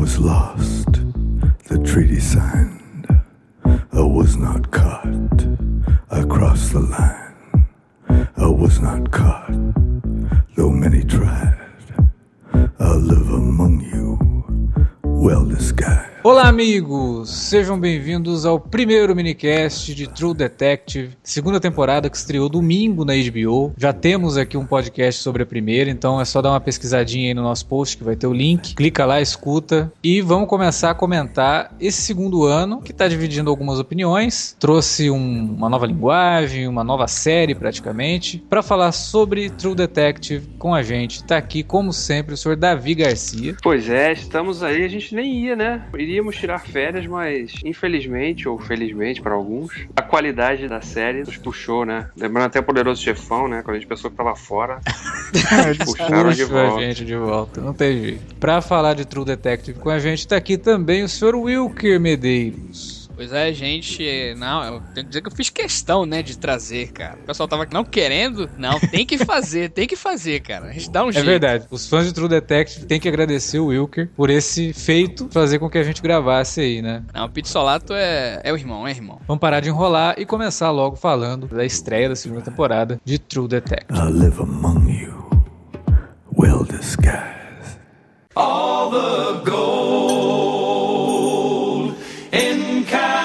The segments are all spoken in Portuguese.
was lost, the treaty signed. I was not caught, I crossed the line. I was not caught, though many tried. I'll live among you, well disguised. Olá amigos, sejam bem-vindos ao primeiro minicast de True Detective, segunda temporada que estreou domingo na HBO. Já temos aqui um podcast sobre a primeira, então é só dar uma pesquisadinha aí no nosso post que vai ter o link. Clica lá, escuta e vamos começar a comentar esse segundo ano que está dividindo algumas opiniões. Trouxe uma nova linguagem, uma nova série praticamente, para falar sobre True Detective com a gente. Tá aqui como sempre o senhor Davi Garcia. Pois é, estamos aí, a gente nem ia, né? Iríamos tirar férias, mas infelizmente, ou felizmente para alguns, a qualidade da série nos puxou, né? Lembrando até o Poderoso Chefão, né? Quando a gente pensou que tava fora, puxaram de volta. A gente de volta, não tem jeito. Pra falar de True Detective com a gente, tá aqui também o Sr. Wilker Medeiros. Pois é, gente, não, eu tenho que dizer que eu fiz questão, né, de trazer, cara. O pessoal tava não querendo, não, tem que fazer, cara. A gente dá um jeito. É verdade, os fãs de True Detective têm que agradecer o Wilker por esse feito, fazer com que a gente gravasse aí, né? Não, o Pete Solato é o irmão, Vamos parar de enrolar e começar logo falando da estreia da segunda temporada de True Detective. I live among you, well disguised. All the gold in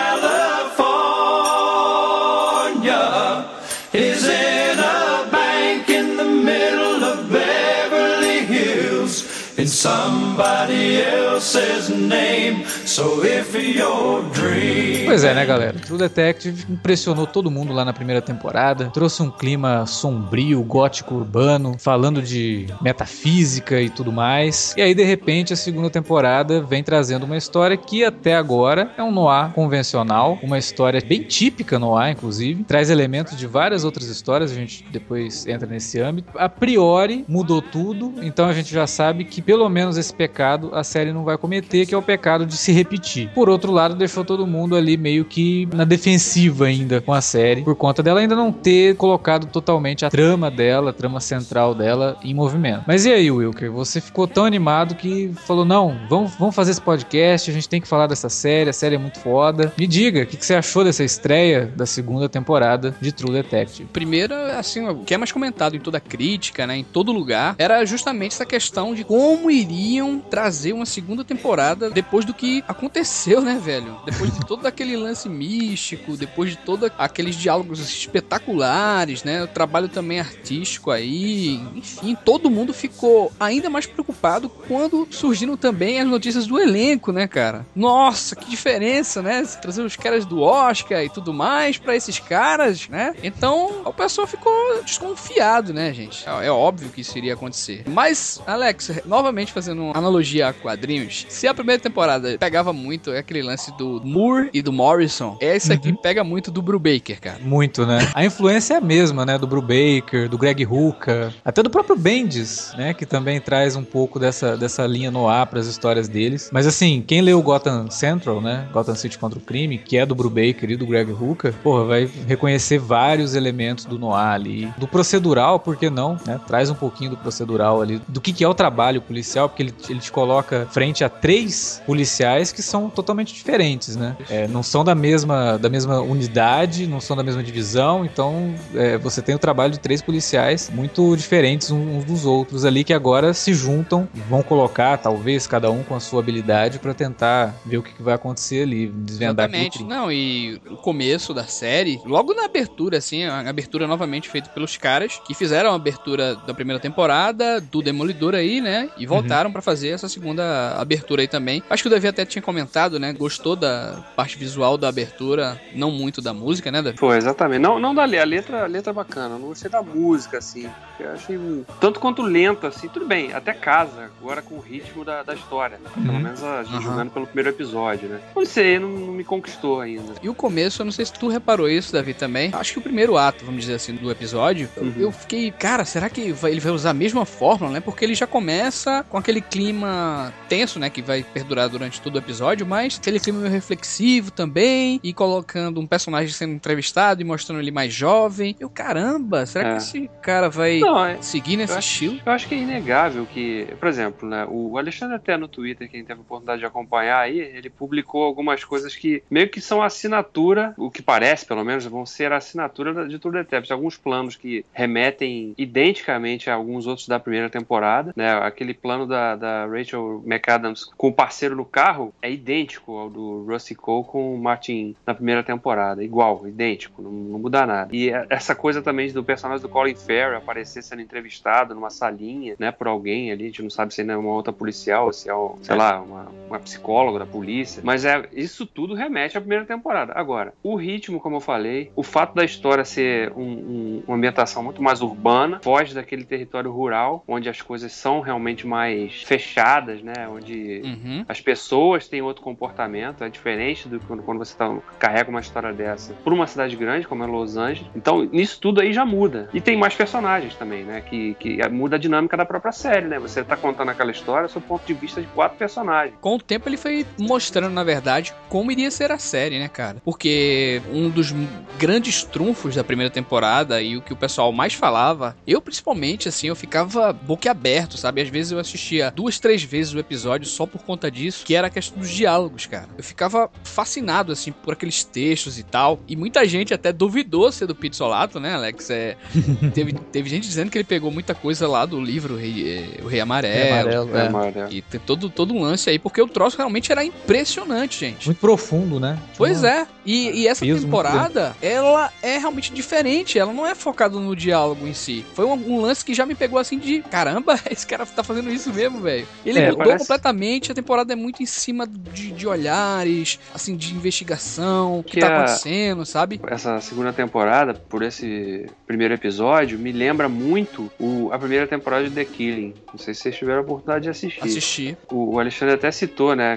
California is in a bank in the middle of Beverly Hills in somebody else's name. So if your dream... Pois é, né, galera? True Detective impressionou todo mundo lá na primeira temporada, trouxe um clima sombrio, gótico, urbano, falando de metafísica e tudo mais. E aí, de repente, a segunda temporada vem trazendo uma história que até agora é um noir convencional, uma história bem típica noir, inclusive, traz elementos de várias outras histórias, a gente depois entra nesse âmbito. A priori, mudou tudo, então a gente já sabe que pelo menos esse pecado a série não vai cometer, que é o pecado de se repetir. Por outro lado, deixou todo mundo ali meio que na defensiva ainda com a série, por conta dela ainda não ter colocado totalmente a trama dela, a trama central dela em movimento. Mas e aí, Wilker? Você ficou tão animado que falou, não, vamos fazer esse podcast, a gente tem que falar dessa série, a série é muito foda. Me diga, o que você achou dessa estreia da segunda temporada de True Detective? Primeiro, assim, o que é mais comentado em toda a crítica, né, em todo lugar, era justamente essa questão de como iriam trazer uma segunda temporada depois do que aconteceu, né, velho? Depois de todo aquele lance místico, depois de todos aqueles diálogos espetaculares, né? O trabalho também artístico aí, enfim, todo mundo ficou ainda mais preocupado quando surgiram também as notícias do elenco, né, cara? Nossa, que diferença, né? Trazer os caras do Oscar e tudo mais pra esses caras, né? Então, o pessoal ficou desconfiado, né, gente? É óbvio que isso iria acontecer. Mas, Alex, novamente fazendo uma analogia a quadrinhos, se a primeira temporada pegava muito aquele lance do Moore e do Morrison, esse aqui pega muito do Brubaker, cara. Muito, né? A influência é a mesma, né? Do Brubaker, do Greg Rucka, até do próprio Bendis, né? Que também traz um pouco dessa linha noir pras histórias deles. Mas assim, quem leu Gotham Central, né? Gotham City contra o Crime, que é do Brubaker e do Greg Rucka, porra, vai reconhecer vários elementos do noir ali. Do procedural, por que não? Né? Traz um pouquinho do procedural ali, do que é o trabalho policial, porque ele te coloca frente a 3 policiais que são totalmente diferentes, né? Não são da mesma unidade, não são da mesma divisão, então você tem o trabalho de 3 policiais muito diferentes uns dos outros ali, que agora se juntam e vão colocar, talvez, cada um com a sua habilidade pra tentar ver o que vai acontecer ali, desvendar aquele crime. Não, e o começo da série, logo na abertura, assim, a abertura novamente feita pelos caras que fizeram a abertura da primeira temporada, do Demolidor aí, né? E voltaram pra fazer essa segunda abertura aí também. Acho que o Davi até tinha comentado, né? Gostou da parte visual da abertura, não muito da música, né, Davi? Foi, exatamente. Não da letra, a letra é bacana. Não gostei da música, assim. Eu achei tanto quanto lento, assim. Tudo bem, até casa, agora com o ritmo da história. Pelo menos a gente jogando pelo primeiro episódio, né? Não sei, não me conquistou ainda. E o começo, eu não sei se tu reparou isso, Davi, também. Acho que o primeiro ato, vamos dizer assim, do episódio, eu fiquei, cara, será que ele vai usar a mesma fórmula, né? Porque ele já começa com aquele clima tenso, né, que vai perdurar durante todo o episódio, mas aquele clima meio reflexivo também, e colocando um personagem sendo entrevistado e mostrando ele mais jovem. Eu, caramba, será que esse cara vai seguir nesse estilo? Eu acho que é inegável que, por exemplo, né, o Alexandre até no Twitter, quem teve a oportunidade de acompanhar aí, ele publicou algumas coisas que meio que são assinatura, o que parece, pelo menos, vão ser a assinatura de True Detective. Alguns planos que remetem identicamente a alguns outros da primeira temporada, né? Aquele plano da Rachel McAdams com o parceiro no carro é idêntico ao do Rusty Cole com o Martin na primeira temporada. Igual, idêntico, não muda nada. E essa coisa também do personagem do Colin Farrell aparecer sendo entrevistado numa salinha, né, por alguém ali, a gente não sabe se é uma outra policial, se é, sei lá, uma psicóloga da polícia, mas isso tudo remete à primeira temporada. Agora, o ritmo, como eu falei, o fato da história ser uma ambientação muito mais urbana, foge daquele território rural, onde as coisas são realmente mais fechadas, né, onde as pessoas têm outro comportamento, é diferente do que quando você carrega uma história dessa por uma cidade grande, como é Los Angeles. Então, nisso tudo aí já muda. E tem mais personagens também, né, que muda a dinâmica da própria série, né, você tá contando aquela história sob o ponto de vista de 4 personagens. Com o tempo ele foi mostrando, na verdade, como iria ser a série, né, cara? Porque um dos grandes trunfos da primeira temporada e o que o pessoal mais falava, eu principalmente, assim, eu ficava boquiaberto, sabe? Às vezes eu assistia 2, 3 vezes o episódio só por conta disso, que era a questão dos diálogos, cara. Eu ficava fascinado, assim, por aqueles textos e tal, e muita gente até duvidou ser do Pizzolato, né, Alex? Teve gente dizendo que ele pegou muita coisa lá do livro O Rei Amarelo. E tem todo um lance aí, porque o troço realmente era impressionante, gente. Muito profundo, né? Pois é. E essa temporada, ela é realmente diferente. Ela não é focada no diálogo em si. Foi um lance que já me pegou assim de... Caramba, esse cara tá fazendo isso mesmo, velho. Ele mudou completamente. A temporada é muito em cima de olhares, assim, de investigação. O que tá acontecendo, sabe? Essa segunda temporada, por esse primeiro episódio, me lembra muito a primeira temporada de The Killing. Não sei se vocês tiveram a oportunidade de assistir. O Alexandre até citou, né?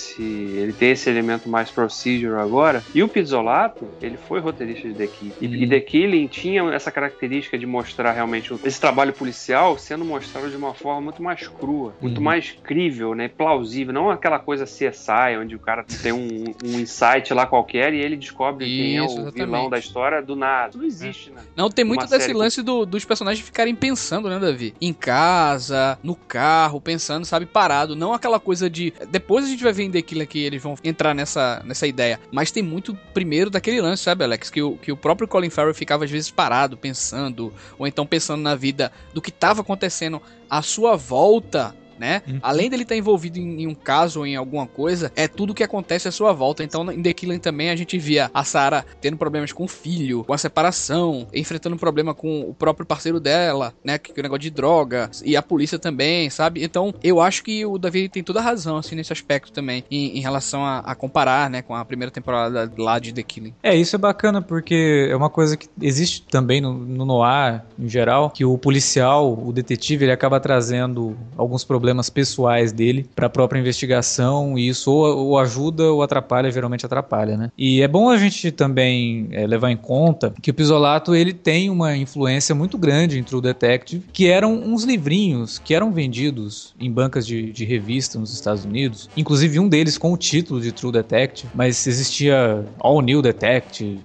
Ele tem esse elemento mais procedural agora. E o Pizzolato, ele foi roteirista de The Killing. E The Killing tinha essa característica de mostrar realmente esse trabalho policial sendo mostrado de uma forma muito mais crua, muito mais crível, né? Plausível. Não aquela coisa CSI, onde o cara tem um insight lá qualquer e ele descobre quem é o vilão da história do nada. Isso não existe, né? Não, tem muito desse lance dos personagens ficarem pensando, né, Davi? Em casa, no carro, pensando, sabe, parado. Não aquela coisa de... Depois a gente vai ver em The Killing que eles vão entrar nessa ideia. Mas tem muito primeiro daquele lance, sabe, Alex? Que o próprio Colin Farrell ficava às vezes parado, pensando, ou então pensando na vida do que estava acontecendo à sua volta, né? Além dele estar envolvido em um caso ou em alguma coisa, é tudo que acontece à sua volta. Então, em The Killing também a gente via a Sarah tendo problemas com o filho, com a separação, enfrentando um problema com o próprio parceiro dela, né? Que é o negócio de droga, e a polícia também, sabe? Então, eu acho que o Davi tem toda a razão, assim, nesse aspecto também, em relação a comparar, né, com a primeira temporada lá de The Killing. Isso é bacana, porque é uma coisa que existe também no noir, em geral, que o policial, o detetive, ele acaba trazendo alguns problemas pessoais dele para a própria investigação, e isso ou ajuda ou atrapalha, geralmente atrapalha, né? E é bom a gente também levar em conta que o Pizzolato, ele tem uma influência muito grande em True Detective, que eram uns livrinhos que eram vendidos em bancas de revista nos Estados Unidos, inclusive um deles com o título de True Detective, mas existia All New Detective,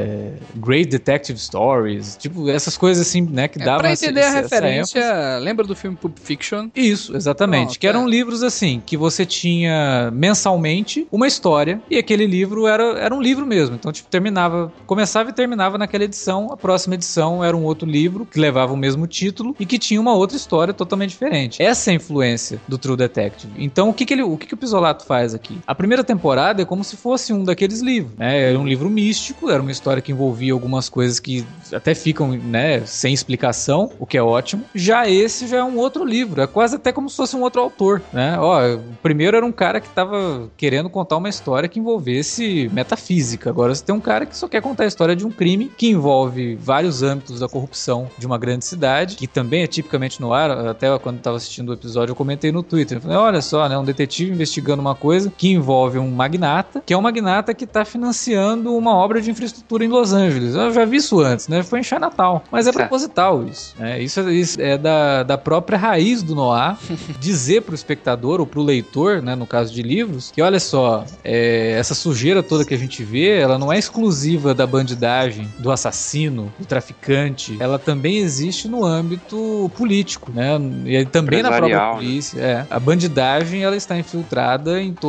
Great Detective Stories, tipo, essas coisas assim, né, que davam... Pra entender a referência, lembra do filme Pulp Fiction? Isso, exatamente. Que eram livros assim, que você tinha mensalmente uma história, e aquele livro era um livro mesmo. Então, tipo, começava e terminava naquela edição. A próxima edição era um outro livro que levava o mesmo título e que tinha uma outra história totalmente diferente. Essa é a influência do True Detective. Então, o que o Pizzolato faz aqui? A primeira temporada é como se fosse um daqueles livros, né? Era um livro místico, era uma história que envolvia algumas coisas que até ficam, né, sem explicação, o que é ótimo. Esse já é um outro livro, é quase até como se fosse um outro autor, né? O primeiro era um cara que tava querendo contar uma história que envolvesse metafísica. Agora você tem um cara que só quer contar a história de um crime que envolve vários âmbitos da corrupção de uma grande cidade, que também é tipicamente no ar. Até quando eu tava assistindo o episódio, eu comentei no Twitter. Eu falei, olha só, né? Um detetive investigando uma coisa que envolve um magnata, que é um magnata que tá financiando uma obra de infraestrutura em Los Angeles. Eu já vi isso antes, né? Foi em Chinatown. Mas é proposital isso, né? Isso é da própria raiz do noir, dizer pro espectador ou pro leitor, né, no caso de livros, que olha só, essa sujeira toda que a gente vê, ela não é exclusiva da bandidagem, do assassino, do traficante, ela também existe no âmbito político, né, e também na própria polícia. Né? A bandidagem, ela está infiltrada em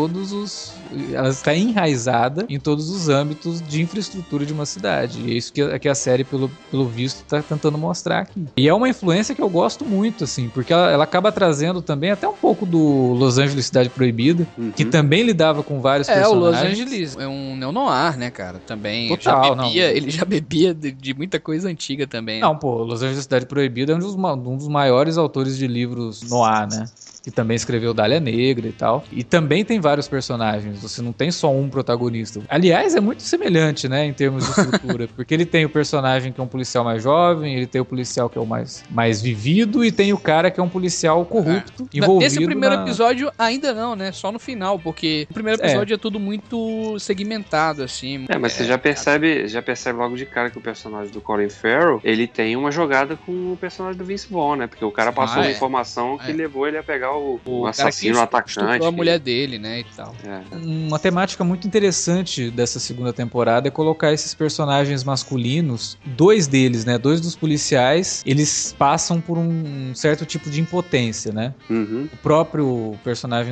ela está enraizada em todos os âmbitos de infraestrutura de uma cidade. E é isso que a série, pelo visto, está tentando mostrar aqui. E é uma influência que eu gosto muito, assim, porque ela acaba trazendo também até um pouco do Los Angeles Cidade Proibida, que também lidava com vários personagens. O Los Angeles é um neo-noir, né, cara? Também. Total, ele já bebia de muita coisa antiga também. Não, pô, Los Angeles Cidade Proibida é um dos maiores autores de livros noir, né? Que também escreveu Dália Negra e tal. E também tem vários personagens, você não tem só um protagonista. Aliás, é muito semelhante, né, em termos de estrutura, porque ele tem o personagem que é um policial mais jovem, ele tem o policial que é o mais vivido, e tem o cara que é um policial corrupto, envolvido nesse primeiro episódio ainda não, né, só no final, porque o primeiro episódio é tudo muito segmentado, assim. Mas você já percebe logo de cara que o personagem do Colin Farrell, ele tem uma jogada com o personagem do Vince Vaughn, né, porque o cara passou uma informação que levou ele a pegar o assassino, o atacante. A mulher dele, né, e tal. Uma temática muito interessante dessa segunda temporada é colocar esses personagens masculinos, dois deles, né, dois dos policiais, eles passam por um certo tipo de impotência, né? O próprio personagem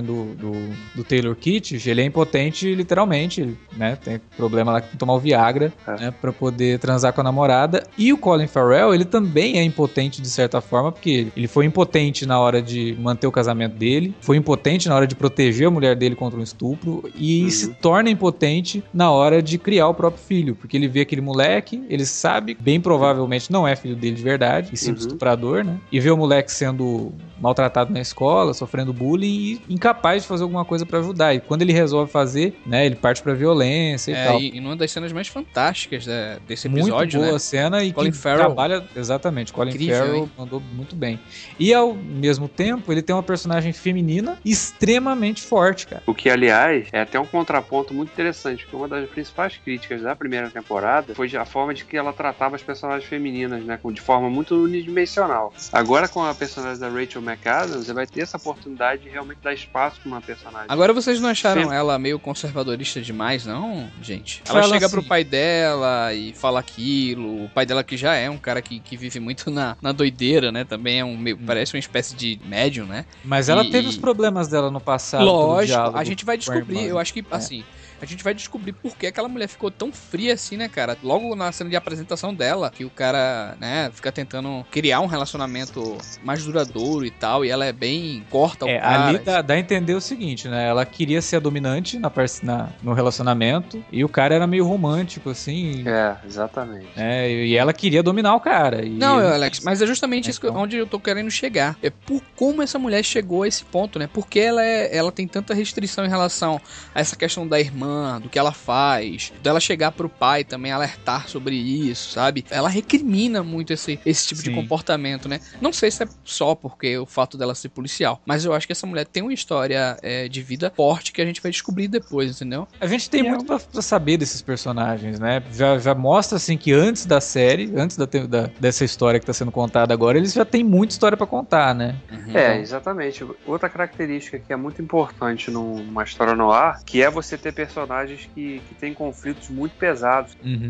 do Taylor Kitsch, ele é impotente literalmente, né, tem problema lá com tomar o Viagra, né, pra poder transar com a namorada, e o Colin Farrell, ele também é impotente de certa forma, porque ele foi impotente na hora de manter o casamento dele, foi impotente na hora de proteger a mulher dele contra um estupro e se torna impotente na hora de criar o próprio filho, porque ele vê aquele moleque, ele sabe, bem provavelmente não é filho dele de verdade, e sim estuprador, né? E vê o moleque sendo maltratado na escola, sofrendo bullying e incapaz de fazer alguma coisa pra ajudar. E quando ele resolve fazer, né, ele parte pra violência e tal. E numa das cenas mais fantásticas desse episódio, muito boa cena e Colin que Farrell trabalha exatamente, Colin Farrell mandou muito bem. E ao mesmo tempo, ele tem uma personagem feminina extremamente forte, cara. O que, aliás, é até um contraponto muito interessante, porque uma das principais críticas da primeira temporada foi a forma de que ela tratava as personagens femininas, né, de forma muito unidimensional. Agora, com a personagem da Rachel McAdams, você vai ter essa oportunidade de realmente dar espaço pra uma personagem. Agora, vocês não acharam ela meio conservadorista demais, não, gente? Ela chega pro pai dela e fala aquilo, o pai dela que já é um cara que vive muito na doideira, né, também parece uma espécie de médium, né? Mas ela teve os problemas dela no passado. Lógico, a gente vai descobrir. Eu acho que, assim, a gente vai descobrir por que aquela mulher ficou tão fria assim, né, cara? Logo na cena de apresentação dela, que o cara, né, fica tentando criar um relacionamento mais duradouro e tal, e ela é bem corta o cara. Ali dá a entender o seguinte, né? Ela queria ser a dominante no relacionamento, e o cara era meio romântico, assim. Exatamente. E ela queria dominar o cara. Não, Alex, mas é justamente isso onde eu tô querendo chegar. É por como essa mulher chegou a esse ponto, né? Porque ela tem tanta restrição em relação a essa questão da irmã, do que ela faz, dela chegar pro pai também alertar sobre isso, sabe? Ela recrimina muito esse tipo de comportamento, né? Não sei se é só porque o fato dela ser policial, mas eu acho que essa mulher tem uma história de vida forte que a gente vai descobrir depois, entendeu? A gente tem muito pra saber desses personagens, né? Já mostra, assim, que antes da série, antes dessa história que tá sendo contada agora, eles já têm muita história pra contar, né? Exatamente. Outra característica que é muito importante numa história noir, que é você ter personagens que têm conflitos muito pesados.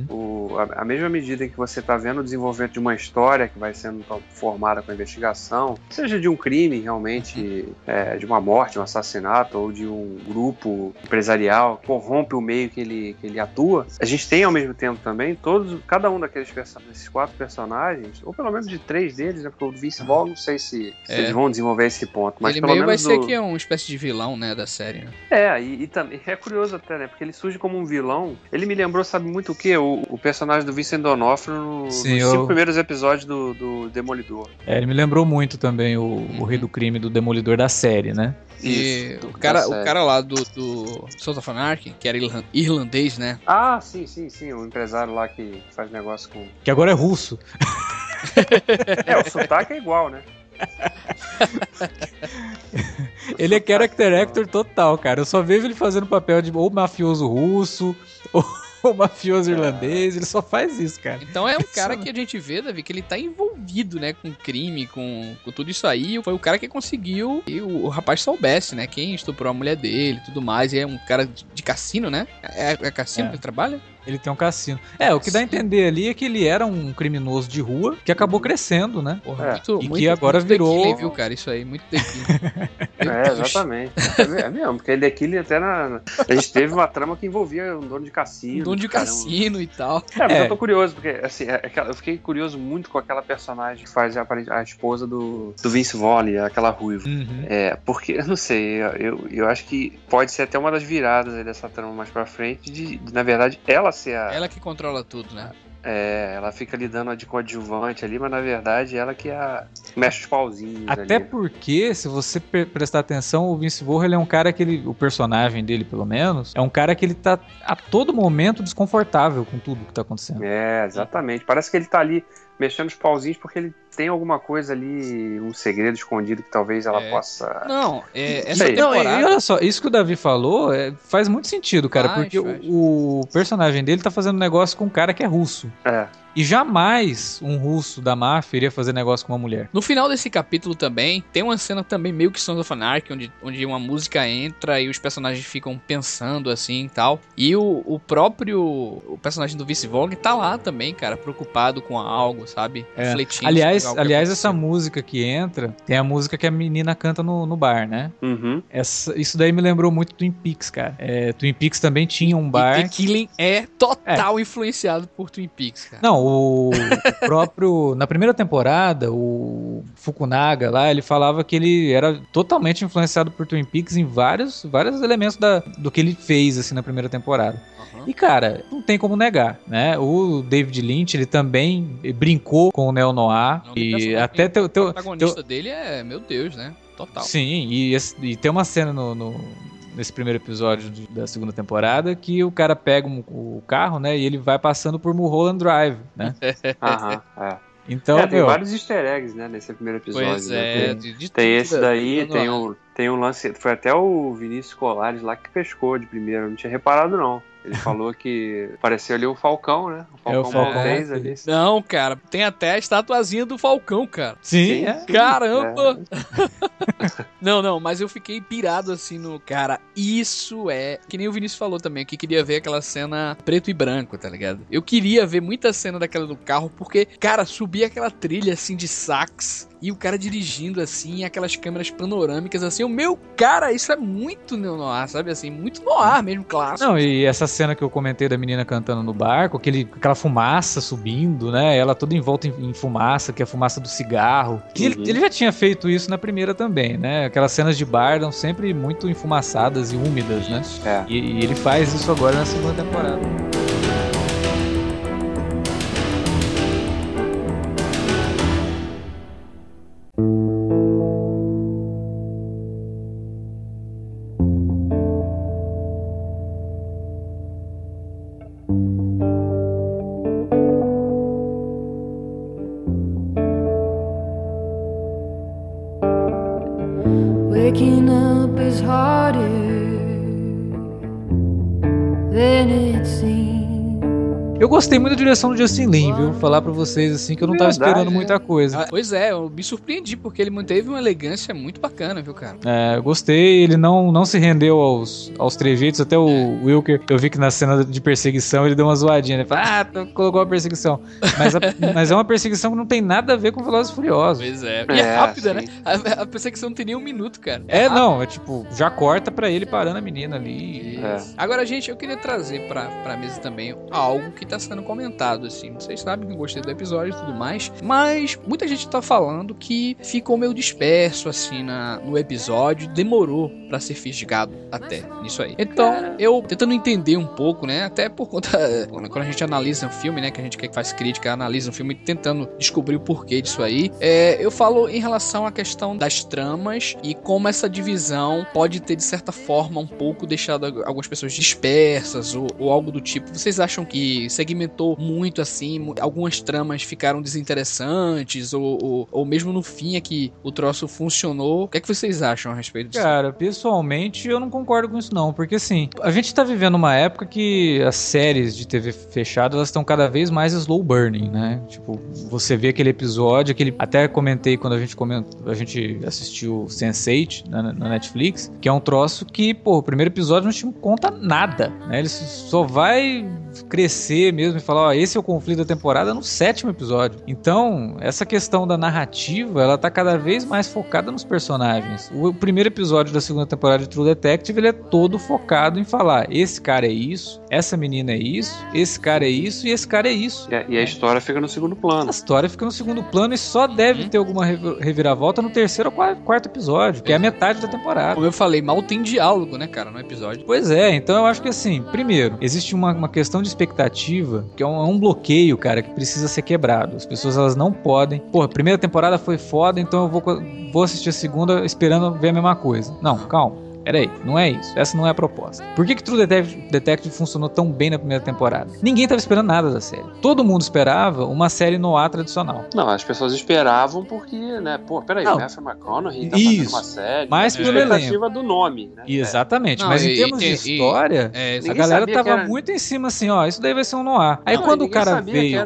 A mesma medida em que você está vendo o desenvolvimento de uma história que vai sendo formada com a investigação, seja de um crime realmente, de uma morte, um assassinato, ou de um grupo empresarial que corrompe o meio que ele atua, a gente tem ao mesmo tempo também cada um desses 4 personagens, ou pelo menos de 3 deles, né, porque o Vince Vaughn, não sei se eles vão desenvolver esse ponto, mas ele pelo meio menos vai ser que é uma espécie de vilão, né, da série, né? E também é curioso até, né? Porque ele surge como um vilão. Ele me lembrou, sabe muito o quê? O personagem do Vincent D'Onofrio nos 5 primeiros episódios do Demolidor. Ele me lembrou muito também o Rei do Crime do Demolidor da série, né? E o cara lá do Sons of Anarchy, que era irlandês, né? Ah, sim. O empresário lá que faz negócio com... Que agora é russo. O sotaque é igual, né? Ele é character actor total, cara. Eu só vejo ele fazendo papel de ou mafioso russo o mafioso irlandês, ele só faz isso, cara. Então é um cara que a gente vê, Davi, que ele tá envolvido, né, com crime, com tudo isso aí. Foi o cara que conseguiu que o rapaz soubesse, né, quem estuprou a mulher dele e tudo mais. E é um cara de cassino, né? É cassino que ele trabalha? Ele tem um cassino. O que dá a entender ali é que ele era um criminoso de rua que acabou crescendo, né? Porra, e que agora virou... Tequila, viu, cara? Isso aí, muito tequila. Exatamente. É mesmo, porque Tequila até a gente teve uma trama que envolvia um dono de cassino. Um dono de cassino e tal. Mas eu tô curioso, porque assim, eu fiquei curioso muito com aquela personagem que faz a esposa do Vince Vaughn, aquela ruiva. Porque, eu não sei, eu acho que pode ser até uma das viradas aí dessa trama mais pra frente, de na verdade, ela ser Ela que controla tudo, né? Ela fica lidando de coadjuvante ali, mas na verdade ela que mexe os pauzinhos. Até ali. Porque, se você prestar atenção, o Vince Vaughn, ele é um cara que o personagem dele, pelo menos, é um cara que ele tá a todo momento desconfortável com tudo que tá acontecendo. Exatamente. Parece que ele tá ali mexendo os pauzinhos porque ele tem alguma coisa ali, um segredo escondido que talvez ela possa... Não, essa temporada... E olha só, isso que o Davi falou faz muito sentido, cara, porque o personagem dele tá fazendo negócio com um cara que é russo. E jamais um russo da máfia iria fazer negócio com uma mulher. No final desse capítulo também, tem uma cena também meio que Sons of Anarchy, onde uma música entra e os personagens ficam pensando assim e tal. E o personagem do Vince Vaughn tá lá também, cara, preocupado com algo, sabe? Refletindo. Aliás, essa música que entra, tem a música que a menina canta no bar, né? Uhum. Isso daí me lembrou muito Twin Peaks, cara. Twin Peaks também tinha um bar... E The Killing é total influenciado por Twin Peaks, cara. Não, o próprio... Na primeira temporada, o Fukunaga lá, ele falava que ele era totalmente influenciado por Twin Peaks em vários elementos do que ele fez, assim, na primeira temporada. E, cara, não tem como negar, né? O David Lynch, ele também brincou com o neo-noir. E até o protagonista dele é, meu Deus, né? Total. Sim, e tem uma cena nesse primeiro episódio da segunda temporada que o cara pega o carro, né? E ele vai passando por Mulholland Drive, né? Então, tem vários easter eggs, né, nesse primeiro episódio. Pois né? Tem esse daí, tem um lance... Foi até o Vinícius Colares lá que pescou de primeiro, eu não tinha reparado, não. Ele falou que apareceu ali o Falcão, né? O Falcão Maltese ali. Não, cara, tem até a estatuazinha do Falcão, cara. Sim. Caramba! Não, mas eu fiquei pirado assim no... Cara, isso é... Que nem o Vinícius falou também, que queria ver aquela cena preto e branco, tá ligado? Eu queria ver muita cena daquela do carro, porque, cara, subia aquela trilha assim de sax... E o cara dirigindo assim, aquelas câmeras panorâmicas assim, cara, isso é muito neo-noir, sabe assim, muito noir mesmo, clássico. Não, e essa cena que eu comentei da menina cantando no barco, aquela fumaça subindo, né, ela toda envolta em fumaça, que é a fumaça do cigarro. Ele já tinha feito isso na primeira também, né, aquelas cenas de bar eram sempre muito enfumaçadas e úmidas, né, e ele faz isso agora na segunda temporada. Waking up is harder than it seems. Eu gostei muito da direção do Justin Lin, viu? Falar pra vocês assim que eu não tava esperando muita coisa. Pois é, eu me surpreendi porque ele manteve uma elegância muito bacana, viu, cara? Eu gostei, ele não se rendeu aos trejeitos, até o Wilker, eu vi que na cena de perseguição ele deu uma zoadinha, né? Falou, colocou a perseguição. Mas é uma perseguição que não tem nada a ver com Velozes e Furiosos. Pois é, e é rápida, sim. Né? A perseguição não tem nem um minuto, cara. É tipo, já corta pra ele parando a menina ali. Agora, gente, eu queria trazer pra mesa também algo que tá sendo comentado, assim. Vocês sabem que eu gostei do episódio e tudo mais, mas muita gente tá falando que ficou meio disperso, assim, no episódio, demorou pra ser fisgado até nisso aí. Então, eu tentando entender um pouco, né, até por conta, quando a gente analisa um filme, né, que a gente que faz crítica, analisa um filme tentando descobrir o porquê disso aí, eu falo em relação à questão das tramas e como essa divisão pode ter, de certa forma, um pouco deixado algumas pessoas dispersas ou algo do tipo. Vocês acham que segmentou muito, assim, algumas tramas ficaram desinteressantes, ou mesmo no fim é que o troço funcionou. O que é que vocês acham a respeito disso? Cara, pessoalmente eu não concordo com isso não, porque assim, a gente tá vivendo uma época que as séries de TV fechada, elas estão cada vez mais slow burning, né? Tipo, você vê aquele episódio, até comentei quando a gente assistiu Sense8 na Netflix, que é um troço que, pô, o primeiro episódio não te conta nada, né? Ele só vai crescer mesmo e falar, ó, esse é o conflito da temporada no 7º episódio. Então, essa questão da narrativa, ela tá cada vez mais focada nos personagens. O primeiro episódio da 2ª temporada de True Detective, ele é todo focado em falar, esse cara é isso, essa menina é isso, esse cara é isso e esse cara é isso. E a história fica no segundo plano. A história fica no segundo plano e só deve ter alguma reviravolta no 3º ou 4º episódio, que é a metade da temporada. Como eu falei, mal tem diálogo, né, cara, no episódio. Pois é, então eu acho que assim, primeiro, existe uma questão de expectativa, que é um bloqueio, cara, que precisa ser quebrado. As pessoas, elas não podem, pô, a primeira temporada foi foda, então eu vou assistir a segunda esperando ver a mesma coisa. Não, calma. Peraí, não é isso. Essa não é a proposta. Por que True Detective funcionou tão bem na primeira temporada? Ninguém tava esperando nada da série. Todo mundo esperava uma série noir tradicional. Não, as pessoas esperavam porque, né, pô, peraí, o Matthew McConaughey tá fazendo uma série. Mais pelo expectativa do nome, né? Exatamente, mas em termos de história, a galera tava muito em cima assim, ó, isso daí vai ser um noir. Aí quando o cara veio...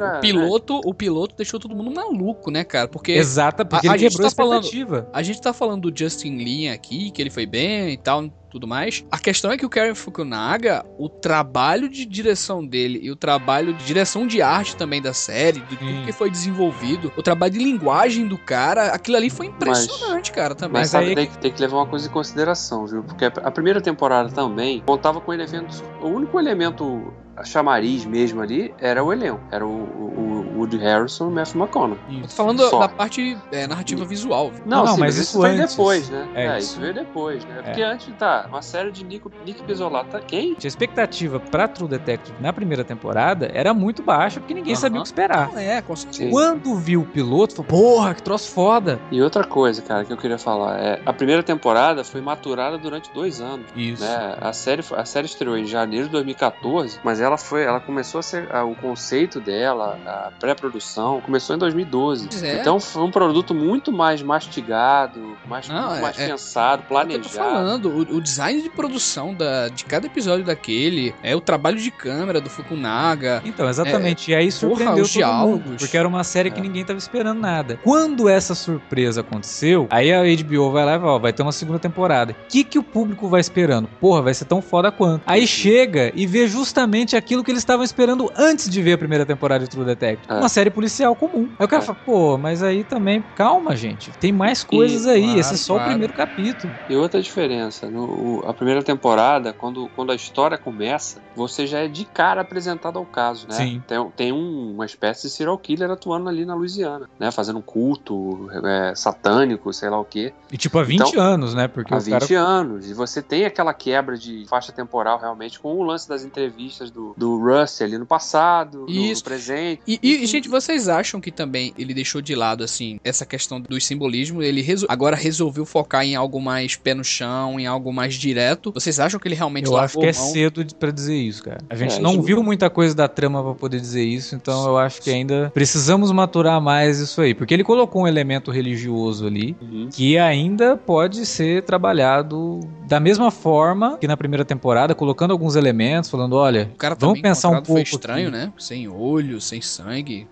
O piloto deixou todo mundo maluco, né, cara? Porque... Exato, porque ele quebrou a expectativa. A gente tá falando do Justin Lin aqui, que ele foi bem e tal, tudo mais. A questão é que o Cary Fukunaga, o trabalho de direção dele e o trabalho de direção de arte também da série, do tudo que foi desenvolvido, o trabalho de linguagem do cara, aquilo ali foi impressionante, cara, também. Mas sabe, tem que levar uma coisa em consideração, viu? Porque a primeira temporada também contava com elementos... O único elemento chamariz mesmo ali era o elenco. Era o Woody Harrelson e o Matthew McConaughey. Eu tô falando da parte narrativa visual. Não, sim, mas isso veio depois, né? Isso veio depois, né? Porque antes, uma série de Nick Pizzolatto, quem? A expectativa pra True Detective na primeira temporada era muito baixa, porque ninguém sabia o que esperar. Com certeza. Quando viu o piloto, falou, porra, que troço foda. E outra coisa, cara, que eu queria falar, a primeira temporada foi maturada durante 2 anos. Isso. Né? A série estreou em janeiro de 2014, mas ela começou a ser, o conceito dela, a pré-produção, começou em 2012. Então foi um produto muito mais mastigado, muito mais pensado, planejado. Eu tô falando, o design de produção de cada episódio daquele, o trabalho de câmera do Fukunaga. Então, exatamente. E aí surpreendeu todo mundo, porque era uma série que ninguém tava esperando nada. Quando essa surpresa aconteceu, aí a HBO vai lá e fala, vai ter uma segunda temporada. O que o público vai esperando? Porra, vai ser tão foda quanto. Aí chega e vê justamente aquilo que eles estavam esperando antes de ver a primeira temporada de True Detective. Uma série policial comum. Aí o cara fala, pô, mas aí também, calma, gente. Tem mais coisas aí. Esse é só o primeiro capítulo. E outra diferença, a primeira temporada, quando a história começa, você já é de cara apresentado ao caso, né? Sim. Tem uma espécie de serial killer atuando ali na Louisiana, né? Fazendo um culto satânico, sei lá o quê. E tipo, há 20 anos, né? Porque há 20 anos. E você tem aquela quebra de faixa temporal, realmente, com o lance das entrevistas do Russ ali no passado, no presente. E, gente, vocês acham que também ele deixou de lado, assim, essa questão do simbolismo? Ele agora resolveu focar em algo mais pé no chão, em algo mais direto? Vocês acham que ele realmente Eu acho que é cedo pra dizer isso, cara. A gente não viu muita coisa da trama pra poder dizer isso, então eu acho que ainda precisamos maturar mais isso aí. Porque ele colocou um elemento religioso ali, que ainda pode ser trabalhado da mesma forma que na primeira temporada, colocando alguns elementos, falando, olha, vamos pensar um pouco. Foi estranho, aqui, né? Sem olho, sem sangue.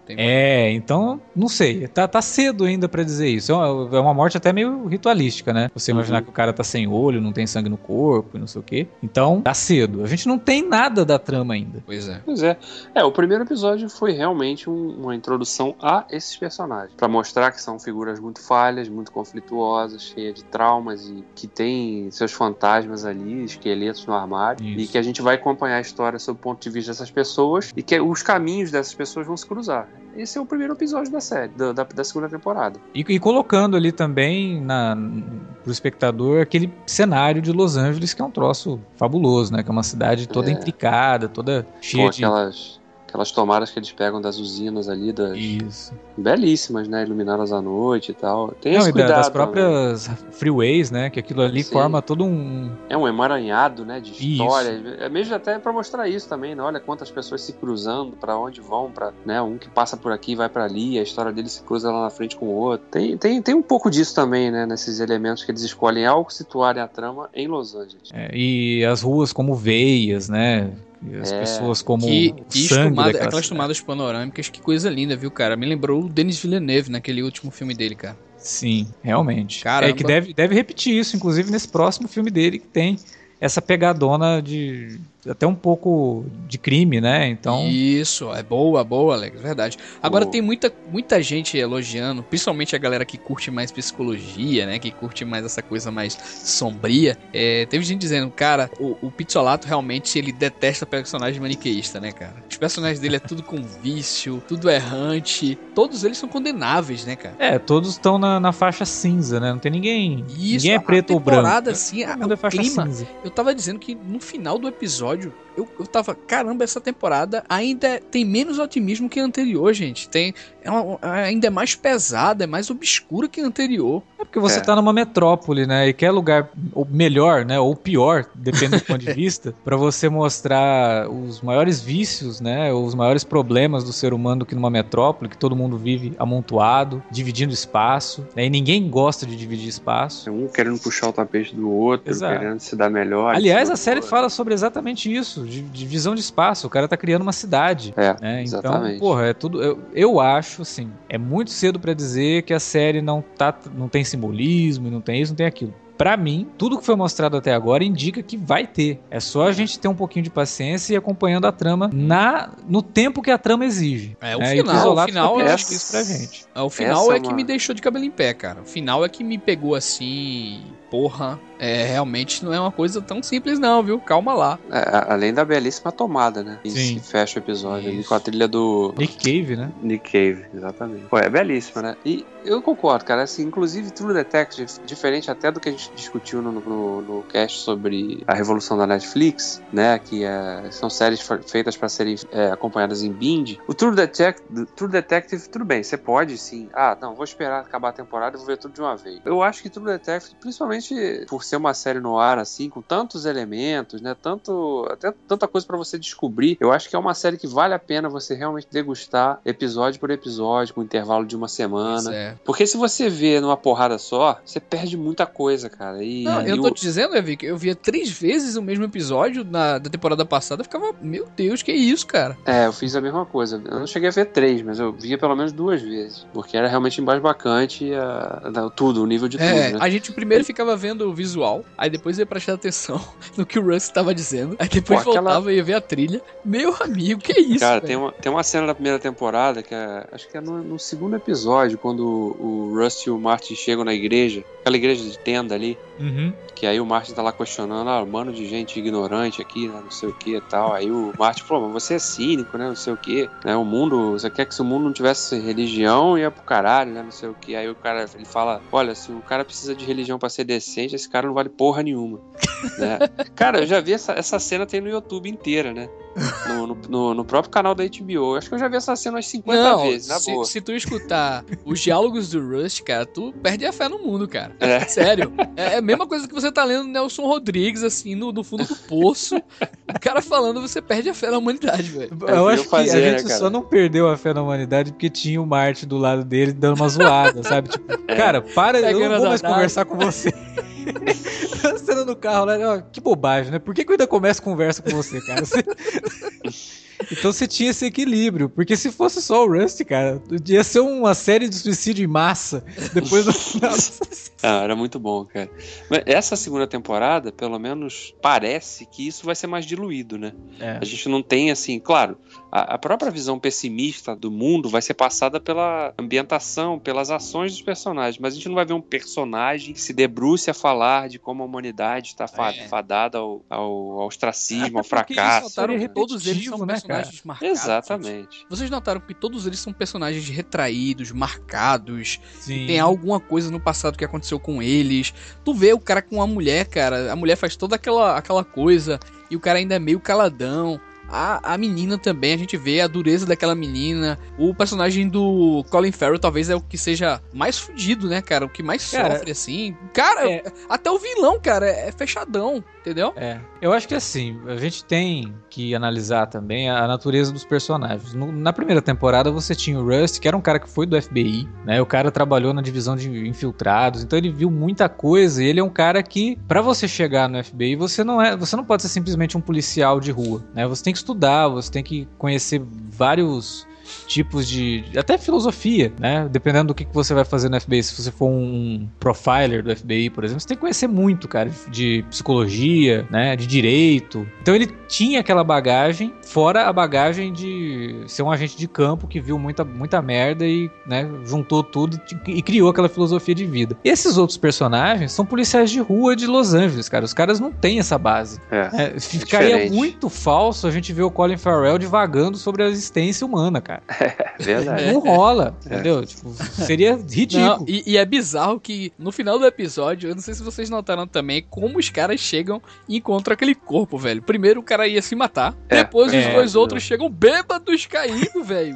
Então, não sei. Tá cedo ainda pra dizer isso. É uma morte até meio ritualística, né? Você imaginar que o cara tá sem olho, não tem sangue no corpo e não sei o quê. Então, tá cedo. A gente não tem nada da trama ainda. Pois é. O primeiro episódio foi realmente uma introdução a esses personagens. Pra mostrar que são figuras muito falhas, muito conflituosas, cheias de traumas e que tem seus fantasmas ali, esqueletos no armário. Isso. E que a gente vai acompanhar a história sob o ponto de vista dessas pessoas e que os caminhos dessas pessoas vão se cruzar. Esse é o primeiro episódio da série, da segunda temporada. E colocando ali também pro espectador aquele cenário de Los Angeles, que é um troço fabuloso, né? Que é uma cidade toda intricada, toda cheia de... Aquelas tomadas que eles pegam das usinas ali, Isso. belíssimas, né? Iluminadas à noite e tal. Tem Não, esse e cuidado das também. próprias freeways, né? Que aquilo ali Sim. forma todo um... É um emaranhado, né, de Isso. história. É mesmo até pra mostrar isso também, né? Olha quantas pessoas se cruzando, pra onde vão, pra, né? Um que passa por aqui vai pra ali, a história dele se cruza lá na frente com o outro. Tem um pouco disso também, né? Nesses elementos que eles escolhem ao situarem a trama em Los Angeles. e as ruas como veias, né? E as pessoas como Que sangue daquela aquelas cidade. tomadas panorâmicas, que coisa linda, viu, cara? Me lembrou o Denis Villeneuve naquele último filme dele, cara. Sim, realmente. Caramba. Que deve repetir isso, inclusive nesse próximo filme dele, que tem essa pegadona de até um pouco de crime, né? Então, Isso, é boa, Alex, verdade. Agora Boa. tem muita gente elogiando, principalmente a galera que curte mais psicologia, né? Que curte mais essa coisa mais sombria. Teve gente dizendo, cara, o Pizzolato realmente ele detesta personagem maniqueísta, né, cara? Os personagens dele é tudo com vício, tudo errante. Todos eles são condenáveis, né, cara? todos estão na faixa cinza, né? Não tem ninguém. Isso, ninguém é preto ou branco. temporada, assim, Todo mundo é o faixa clima. cinza. Eu tava dizendo que no final do episódio, eu tava, caramba, essa temporada ainda tem menos otimismo que a anterior, gente. Ainda é mais pesada, é mais obscura que a anterior. É porque você tá numa metrópole, né? E quer lugar ou melhor, né? Ou pior, depende do ponto de vista, pra você mostrar os maiores vícios, né? Os maiores problemas do ser humano do que numa metrópole, que todo mundo vive amontoado, dividindo espaço, né? E ninguém gosta de dividir espaço. Um querendo puxar o tapete do outro, Exato. querendo se dar melhor. Aliás, em cima a do série outro. fala sobre exatamente isso, de divisão de espaço. O cara tá criando uma cidade. Né? Então, exatamente. porra, é tudo. Eu acho, assim, é muito cedo pra dizer que a série não tem simbolismo, não tem isso, não tem aquilo. Pra mim, tudo que foi mostrado até agora indica que vai ter. É só a gente ter um pouquinho de paciência e ir acompanhando a trama no tempo que a trama exige. O E final tá é pedindo isso pra gente. O final Essa que me deixou de cabelo em pé, cara. O final é que me pegou assim, porra, realmente não é uma coisa tão simples não, viu? Calma lá. Além da belíssima tomada, né? Que Sim. fecha o episódio ali Isso. com a trilha do Nick Cave, né? Nick Cave, exatamente. Pô, é belíssima, né? E eu concordo, cara. Assim, inclusive True Detective, diferente até do que a gente discutiu no cast sobre a revolução da Netflix, né? Que são séries feitas para serem acompanhadas em binge. O True Detective, tudo bem, você pode sim. Não, vou esperar acabar a temporada e vou ver tudo de uma vez. Eu acho que True Detective, principalmente por ser uma série no ar, assim, com tantos elementos, né? Até tanta coisa pra você descobrir. Eu acho que é uma série que vale a pena você realmente degustar episódio por episódio, com intervalo de uma semana. Porque se você vê numa porrada só, você perde muita coisa, cara. Eu tô te dizendo, Evi, que eu via 3 vezes o mesmo episódio da temporada passada, eu ficava, meu Deus, que isso, cara? Eu fiz a mesma coisa. Eu não cheguei a ver 3, mas eu via pelo menos 2 vezes. Porque era realmente embasbacante tudo, o nível de tudo, né? A gente primeiro ficava vendo o visual, aí depois ia prestar atenção no que o Russ tava dizendo, aí depois voltava e ia ver a trilha. Meu amigo, que isso, cara, velho? tem uma cena da primeira temporada que acho que é no segundo episódio, quando o Russ e o Martin chegam na igreja, aquela igreja de tenda ali, que aí o Martin tá lá questionando, um mano de gente ignorante aqui, né, não sei o que e tal. Aí o Martin falou, mas você é cínico, né, não sei o que, né, você quer que se o mundo não tivesse religião, ia pro caralho, né, não sei o que. Aí o cara, ele fala, olha, se o cara precisa de religião pra ser decente, esse cara não vale porra nenhuma, né. Cara, eu já vi essa cena tem no YouTube inteira, né, no próprio canal da HBO. Acho que eu já vi essa cena umas 50 vezes, na boa. Se tu escutar os diálogos do Rust, cara, tu perde a fé no mundo, cara. É. Sério. É a mesma coisa que você tá lendo Nelson Rodrigues, assim, no fundo do poço. O cara falando, você perde a fé na humanidade, velho. Eu acho que a gente só não perdeu a fé na humanidade porque tinha o Martin do lado dele dando uma zoada, sabe? Tipo, cara, eu não vou mais conversar com você. Você no carro lá, que bobagem, né? Por que eu ainda começo conversa com você, cara? Então você tinha esse equilíbrio, porque se fosse só o Rust, cara, ia ser uma série de suicídio em massa depois do final. Era muito bom, cara. Mas essa segunda temporada, pelo menos, parece que isso vai ser mais diluído, né? A gente não tem, assim, claro, a própria visão pessimista do mundo vai ser passada pela ambientação, pelas ações dos personagens, mas a gente não vai ver um personagem que se debruce a falar de como a humanidade está fadada ao ostracismo, ao fracasso. Todos eles são personagens marcados. Exatamente. Vocês notaram que todos eles são personagens retraídos, marcados. Sim. Tem alguma coisa no passado que aconteceu com eles. Tu vê o cara com a mulher, cara. A mulher faz toda aquela coisa e o cara ainda é meio caladão. a menina também, a gente vê a dureza daquela menina. O personagem do Colin Farrell talvez é o que seja mais fudido, né, cara? O que mais sofre, assim. Cara, até o vilão, cara, é fechadão, entendeu? Eu acho que assim, a gente tem que analisar também a natureza dos personagens. Na primeira temporada você tinha o Rust, que era um cara que foi do FBI, né? O cara trabalhou na divisão de infiltrados, então ele viu muita coisa e ele é um cara que, pra você chegar no FBI, você não pode ser simplesmente um policial de rua, né? Você tem que estudar, você tem que conhecer vários tipos de... até filosofia, né? Dependendo do que você vai fazer no FBI. Se você for um profiler do FBI, por exemplo, você tem que conhecer muito, cara, de psicologia, né? De direito. Então ele tinha aquela bagagem, fora a bagagem de ser um agente de campo que viu muita merda e, né, juntou tudo e criou aquela filosofia de vida. E esses outros personagens são policiais de rua de Los Angeles, cara. Os caras não têm essa base. Ficaria diferente. Muito falso a gente ver o Colin Farrell divagando sobre a existência humana, cara. Verdade. Não rola, entendeu? Tipo, seria ridículo. Não, e é bizarro que no final do episódio, eu não sei se vocês notaram também, como os caras chegam e encontram aquele corpo, velho. Primeiro o cara ia se matar, depois os dois outros chegam bêbados caindo, velho.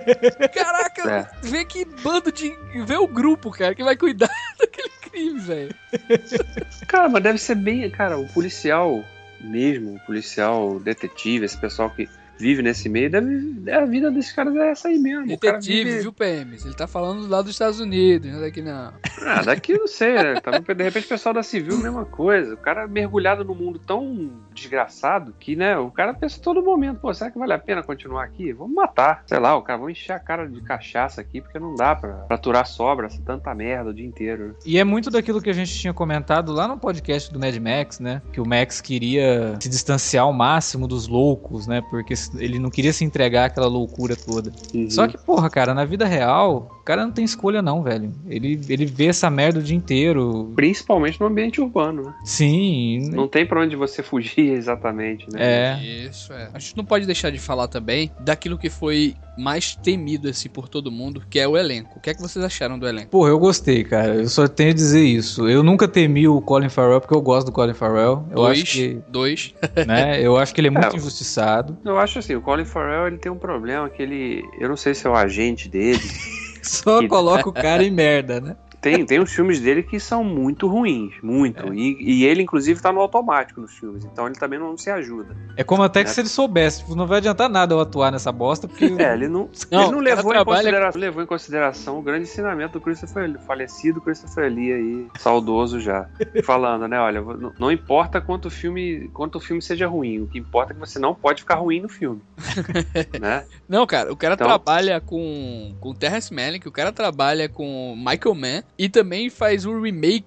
Caraca, vê que bando de... vê o grupo, cara, que vai cuidar daquele crime, velho. Cara, mas deve ser bem... Cara, o policial mesmo, o policial detetive, esse pessoal que vive nesse meio, a vida desses caras é essa aí mesmo. Detetive, viu, PMs? Ele tá falando lá dos Estados Unidos, não é daqui não. Daqui eu não sei, né? De repente o pessoal da Civil, mesma coisa. O cara mergulhado num mundo tão desgraçado que, né, o cara pensa todo momento, pô, será que vale a pena continuar aqui? Vamos matar. Sei lá, o cara, vamos encher a cara de cachaça aqui, porque não dá pra aturar sobra, essa tanta merda o dia inteiro. E é muito daquilo que a gente tinha comentado lá no podcast do Mad Max, né? Que o Max queria se distanciar ao máximo dos loucos, né? Porque ele não queria se entregar àquela loucura toda. Só que, porra, cara, na vida real, o cara não tem escolha não, velho. Ele vê essa merda o dia inteiro. Principalmente no ambiente urbano, né? Sim. Não tem pra onde você fugir exatamente, né? Isso, A gente não pode deixar de falar também daquilo que foi mais temido, assim, por todo mundo, que é o elenco. O que é que vocês acharam do elenco? Porra, eu gostei, cara. Eu só tenho a dizer isso. Eu nunca temi o Colin Farrell, porque eu gosto do Colin Farrell. Eu acho que, né? Eu acho que ele é muito injustiçado. Eu acho assim, o Colin Farrell, ele tem um problema que ele... Eu não sei se é o agente dele... Só coloca o cara em merda, né? Tem uns filmes dele que são muito ruins, muito. E ele, inclusive, tá no automático nos filmes, então ele também não se ajuda. É como até que se ele soubesse, tipo, não vai adiantar nada eu atuar nessa bosta, porque... ele não levou em consideração o grande ensinamento do falecido Christopher Lee aí, saudoso já, falando, né, olha, não importa quanto o filme seja ruim, o que importa é que você não pode ficar ruim no filme, né? Não, cara, o cara trabalha com Terrence Malick, o cara trabalha com Michael Mann, e também faz um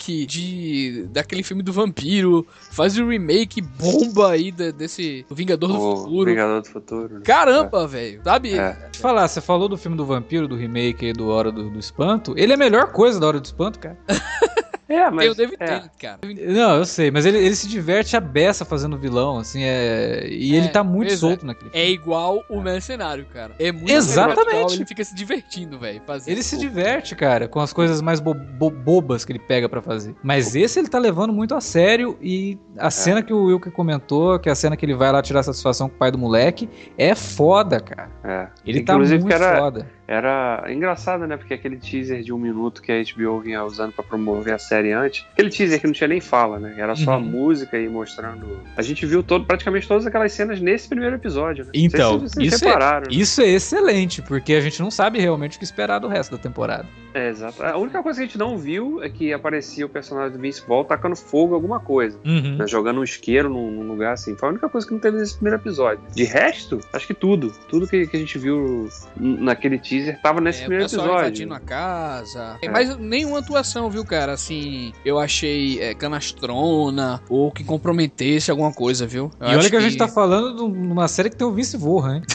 remake daquele filme do vampiro, faz um remake bomba aí desse Vingador do Futuro. Vingador do Futuro. Né? Caramba, velho, sabe? Deixa eu falar, você falou do filme do vampiro, do remake aí do Hora do Espanto, ele é a melhor coisa da Hora do Espanto, cara. Mas... Tem o David Tennant, cara. Não, eu sei, mas ele se diverte a beça fazendo vilão, assim, e ele tá muito solto naquele filme. É igual o Mercenário, cara. É muito exatamente. Ele fica se divertindo, velho. Ele se diverte, cara, com as coisas mais bobas que ele pega pra fazer. Mas esse ele tá levando muito a sério, e a cena que o Wilke comentou, que é a cena que ele vai lá tirar satisfação com o pai do moleque, é foda, cara. Ele inclusive, tá muito foda. Era engraçado, né? Porque aquele teaser de 1 minuto que a HBO vinha usando pra promover a série antes, aquele teaser que não tinha nem fala, né? Era só a música e mostrando... A gente viu praticamente todas aquelas cenas nesse primeiro episódio, né? Então, não sei se vocês repararam, né? Isso é excelente, porque a gente não sabe realmente o que esperar do resto da temporada. Exato. A única coisa que a gente não viu é que aparecia o personagem do Vince Vaughn tacando fogo em alguma coisa, né? Jogando um isqueiro num lugar assim. Foi a única coisa que não teve nesse primeiro episódio. De resto, acho que tudo que a gente viu naquele teaser tava nesse primeiro episódio. Invadindo a casa. Mas nenhuma atuação, viu, cara? Assim, eu achei canastrona ou que comprometesse alguma coisa, viu? E olha que a gente tá falando de uma série que tem o Vince Vaughn, hein?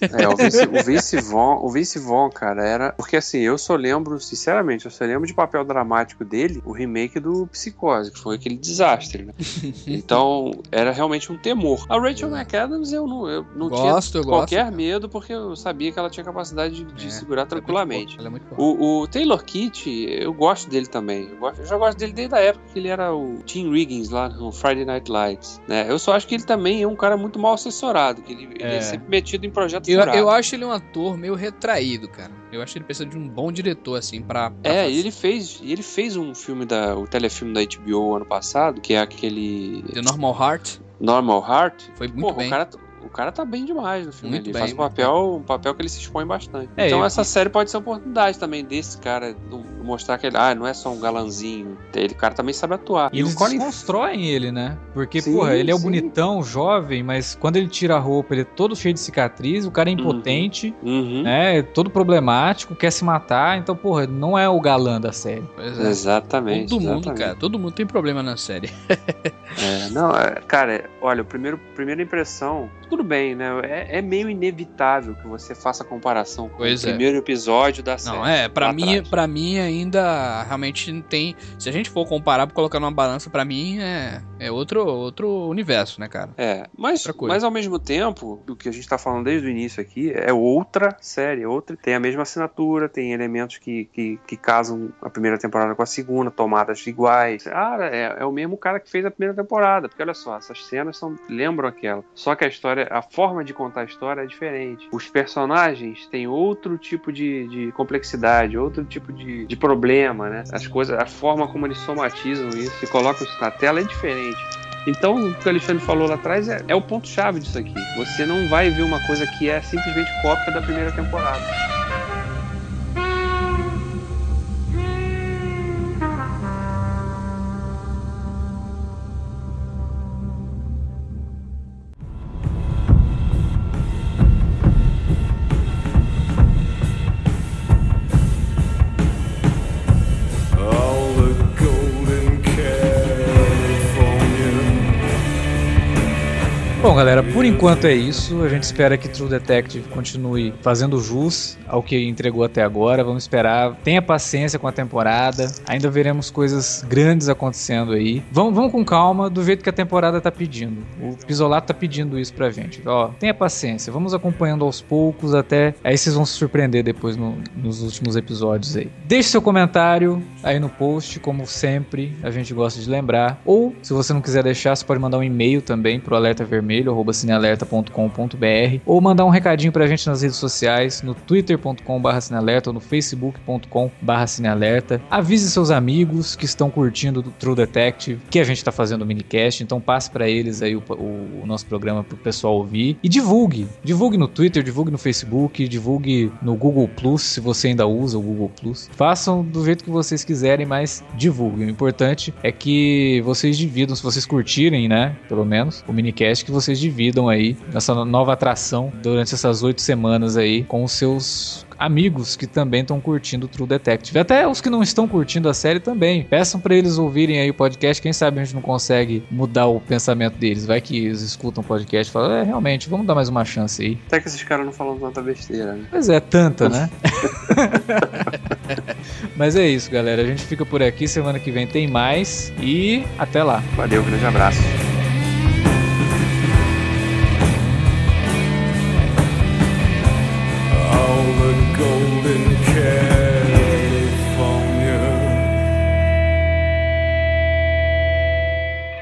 O Vince Vaughn, cara, era... Porque assim, eu só lembro de papel dramático dele, o remake do Psicose, que foi aquele desastre, né? Então, era realmente um temor. A Rachel McAdams, eu não tinha qualquer medo, porque eu sabia que ela tinha capacidade de de segurar tranquilamente. Ela é muito boa. O Taylor Kitsch, eu gosto dele também. Eu já gosto dele desde a época que ele era o Tim Riggins lá no Friday Night Lights, né? Eu só acho que ele também é um cara muito mal assessorado, que ele é sempre metido em projetos furados. Eu acho ele um ator meio retraído, cara. Eu acho que ele precisa de um bom diretor, assim, pra fazer. E ele fez um filme, o telefilme da HBO ano passado, que é aquele... The Normal Heart. Normal Heart. Foi muito bem. O cara tá bem demais no filme. Muito Ele bem, faz um papel que ele se expõe bastante. É, Então essa série pode ser uma oportunidade também desse cara, mostrar que ele não é só um galanzinho. O cara também sabe atuar. E eles o Colin... desconstroem ele, né? Porque, Sim, ele é o sim. bonitão, jovem, mas quando ele tira a roupa, ele é todo cheio de cicatriz, o cara é impotente, né? Todo problemático, quer se matar. Então, não é o galã da série. Pois é. Exatamente. Todo mundo, cara. Todo mundo tem problema na série. Cara, olha, primeira impressão, tudo bem, né? É meio inevitável que você faça a comparação com o primeiro episódio da série. Não, pra mim ainda realmente tem. Se a gente for comparar, colocar numa balança, pra mim é outro universo, né, cara? Mas ao mesmo tempo, o que a gente tá falando desde o início aqui é outra série, tem a mesma assinatura, tem elementos que casam a primeira temporada com a segunda, tomadas iguais. Cara, é o mesmo cara que fez a primeira temporada, porque olha só, essas cenas lembram aquela. Só que a forma de contar a história é diferente. Os personagens têm outro tipo de complexidade, outro tipo de problema, né? As coisas, a forma como eles somatizam isso e colocam isso na tela é diferente. Então, o que o Alexandre falou lá atrás é o ponto-chave disso aqui. Você não vai ver uma coisa que é simplesmente cópia da primeira temporada. Bom, galera, por enquanto é isso. A gente espera que True Detective continue fazendo jus ao que entregou até agora. Vamos esperar. Tenha paciência com a temporada. Ainda veremos coisas grandes acontecendo aí. Vamos com calma, do jeito que a temporada tá pedindo. O Pisolato tá pedindo isso pra gente. Tenha paciência. Vamos acompanhando aos poucos até... Aí vocês vão se surpreender depois nos últimos episódios aí. Deixe seu comentário aí no post, como sempre a gente gosta de lembrar. Ou, se você não quiser deixar, você pode mandar um e-mail também pro alertavermelho@cinealerta.com.br ou mandar um recadinho pra gente nas redes sociais, no twitter.com/cinealerta ou no facebook.com/cinealerta. Avise seus amigos que estão curtindo do True Detective, que a gente tá fazendo o minicast, então passe pra eles aí o nosso programa pro pessoal ouvir. E divulgue no Twitter, divulgue no Facebook, divulgue no Google Plus, se você ainda usa o Google Plus. Façam do jeito que vocês quiserem, mas divulguem. O importante é que vocês dividam, se vocês curtirem, né, pelo menos, o minicast, que vocês dividam aí essa nova atração durante essas 8 semanas aí com os seus amigos que também estão curtindo o True Detective. Até os que não estão curtindo a série também. Peçam pra eles ouvirem aí o podcast. Quem sabe a gente não consegue mudar o pensamento deles. Vai que eles escutam o podcast e falam, realmente, vamos dar mais uma chance aí. Até que esses caras não falam tanta besteira, né? Pois é, tanta, né? Mas é isso, galera. A gente fica por aqui. Semana que vem tem mais. E até lá. Valeu, grande abraço. Golden cat